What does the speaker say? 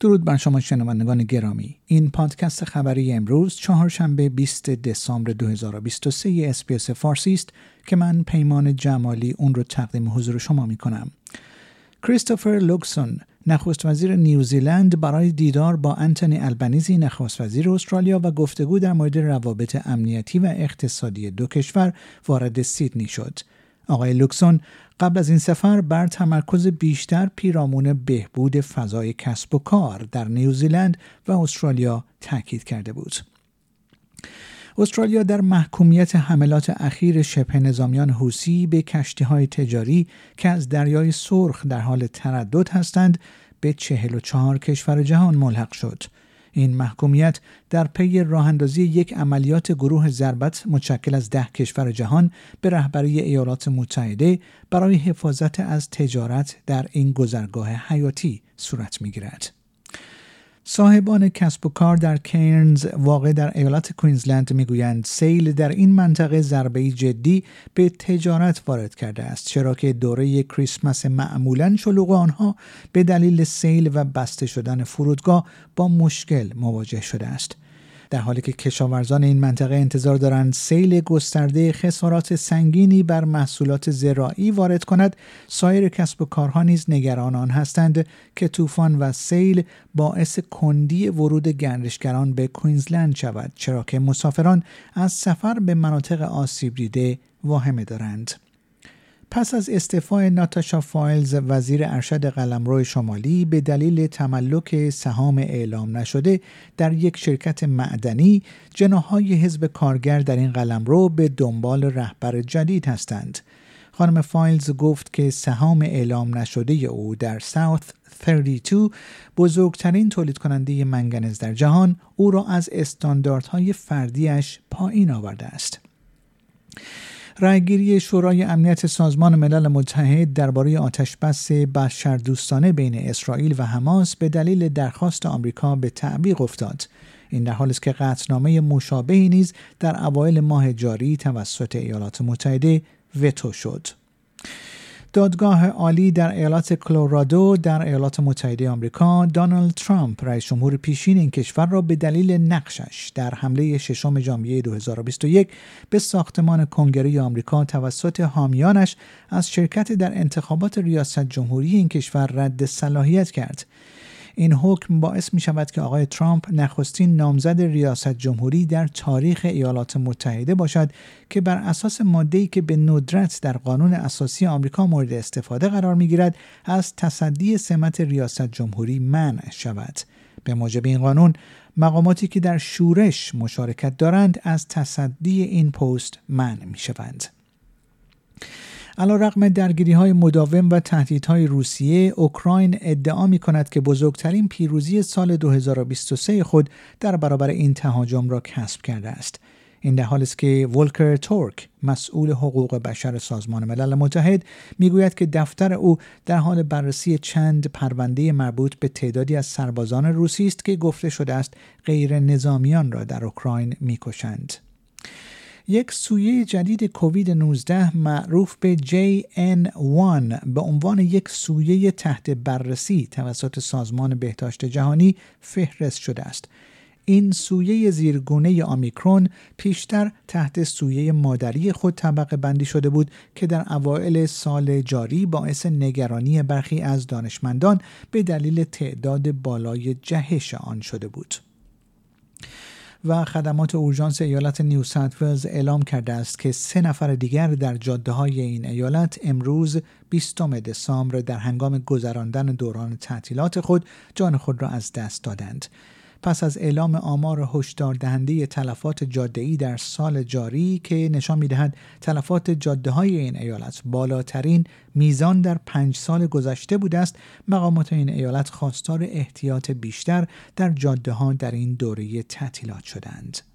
درود بر شما شنوندگان گرامی. این پادکست خبری امروز چهارشنبه 20 دسامبر 2023 اسپیس فارسی است که من پیمان جمالی اون رو تقدیم حضور شما می کنم. کریستوفر لوکسون نخست وزیر نیوزیلند برای دیدار با انتونی البنیزی نخست وزیر استرالیا و گفتگو در مورد روابط امنیتی و اقتصادی دو کشور وارد سیدنی شد. آقای لوکسون قبل از این سفر بر تمرکز بیشتر پیرامون بهبود فضای کسب و کار در نیوزیلند و استرالیا تاکید کرده بود. استرالیا در محکومیت حملات اخیر شبه نظامیان حوثی به کشتی‌های تجاری که از دریای سرخ در حال تردد هستند به 44 کشور جهان ملحق شد. این محکومیت در پی راه‌اندازی یک عملیات گروه ضربت متشکل از 10 کشور جهان به رهبری ایالات متحده برای حفاظت از تجارت در این گذرگاه حیاتی صورت می‌گیرد. صاحبان کسب و کار در کیرنز واقع در ایالت کوینزلند میگویند سیل در این منطقه ضربه‌ای جدی به تجارت وارد کرده است، چرا که دوره کریسمس معمولاً شلوغ آنها به دلیل سیل و بسته شدن فرودگاه با مشکل مواجه شده است. در حالی که کشاورزان این منطقه انتظار دارند سیل گسترده خسارات سنگینی بر محصولات زراعی وارد کند، سایر کسب و کارها نیز نگران آن هستند که طوفان و سیل باعث کندی ورود گردشگران به کوینزلند شود، چرا که مسافران از سفر به مناطق آسیب دیده واهمه دارند. پس از استعفای ناتاشا فایلز وزیر ارشد قلمرو شمالی به دلیل تملک سهام اعلام نشده در یک شرکت معدنی، جناح‌های حزب کارگر در این قلمرو به دنبال رهبر جدید هستند. خانم فایلز گفت که سهام اعلام نشده او در ساوث 32 بزرگترین تولید کننده منگنز در جهان او را از استانداردهای فردیش پایین آورده است. رأیگیری شورای امنیت سازمان ملل متحد درباره آتشبس بشردوستانه بین اسرائیل و حماس به دلیل درخواست آمریکا به تعویق افتاد. این در حالی است که قطعنامه مشابهی نیز در اوایل ماه جاری توسط ایالات متحده وتو شد. دادگاه عالی در ایالت کلرادو در ایالات متحده آمریکا دونالد ترامپ رئیس جمهور پیشین این کشور را به دلیل نقشش در حمله 6 ژانویه 2021 به ساختمان کنگره آمریکا توسط حامیانش از شرکت در انتخابات ریاست جمهوری این کشور رد صلاحیت کرد. این حکم باعث می شود که آقای ترامپ نخستین نامزد ریاست جمهوری در تاریخ ایالات متحده باشد که بر اساس ماده‌ای که به ندرت در قانون اساسی آمریکا مورد استفاده قرار می گیرد از تصدی سمت ریاست جمهوری منع شود. به موجب این قانون مقاماتی که در شورش مشارکت دارند از تصدی این پست منع می شوند. علیرغم درگیری‌های مداوم و تهدیدهای روسیه، اوکراین ادعا می‌کند که بزرگترین پیروزی سال 2023 خود در برابر این تهاجم را کسب کرده است. این در حالی است که ولکر تورک، مسئول حقوق بشر سازمان ملل متحد، میگوید که دفتر او در حال بررسی چند پرونده مربوط به تعدادی از سربازان روسی است که گفته شده است غیر نظامیان را در اوکراین می‌کشند. یک سویه جدید کووید 19 معروف به JN1 به عنوان یک سویه تحت بررسی توسط سازمان بهداشت جهانی فهرست شده است. این سویه زیرگونه آمیکرون پیشتر تحت سویه مادری خود طبقه بندی شده بود که در اوایل سال جاری باعث نگرانی برخی از دانشمندان به دلیل تعداد بالای جهش آن شده بود. و خدمات اورژانس ایالت نیو ساوت ولز اعلام کرده است که 3 نفر دیگر در جاده‌های این ایالت امروز 20 دسامبر در هنگام گذراندن دوران تعطیلات خود جان خود را از دست دادند. پس از اعلام آمار هشدار دهنده تلفات جاده‌ای در سال جاری که نشان می‌دهد تلفات جاده‌های این ایالت بالاترین میزان در 5 سال گذشته بوده است، مقامات این ایالت خواستار احتیاط بیشتر در جاده‌ها در این دوره تعطیلات شدند.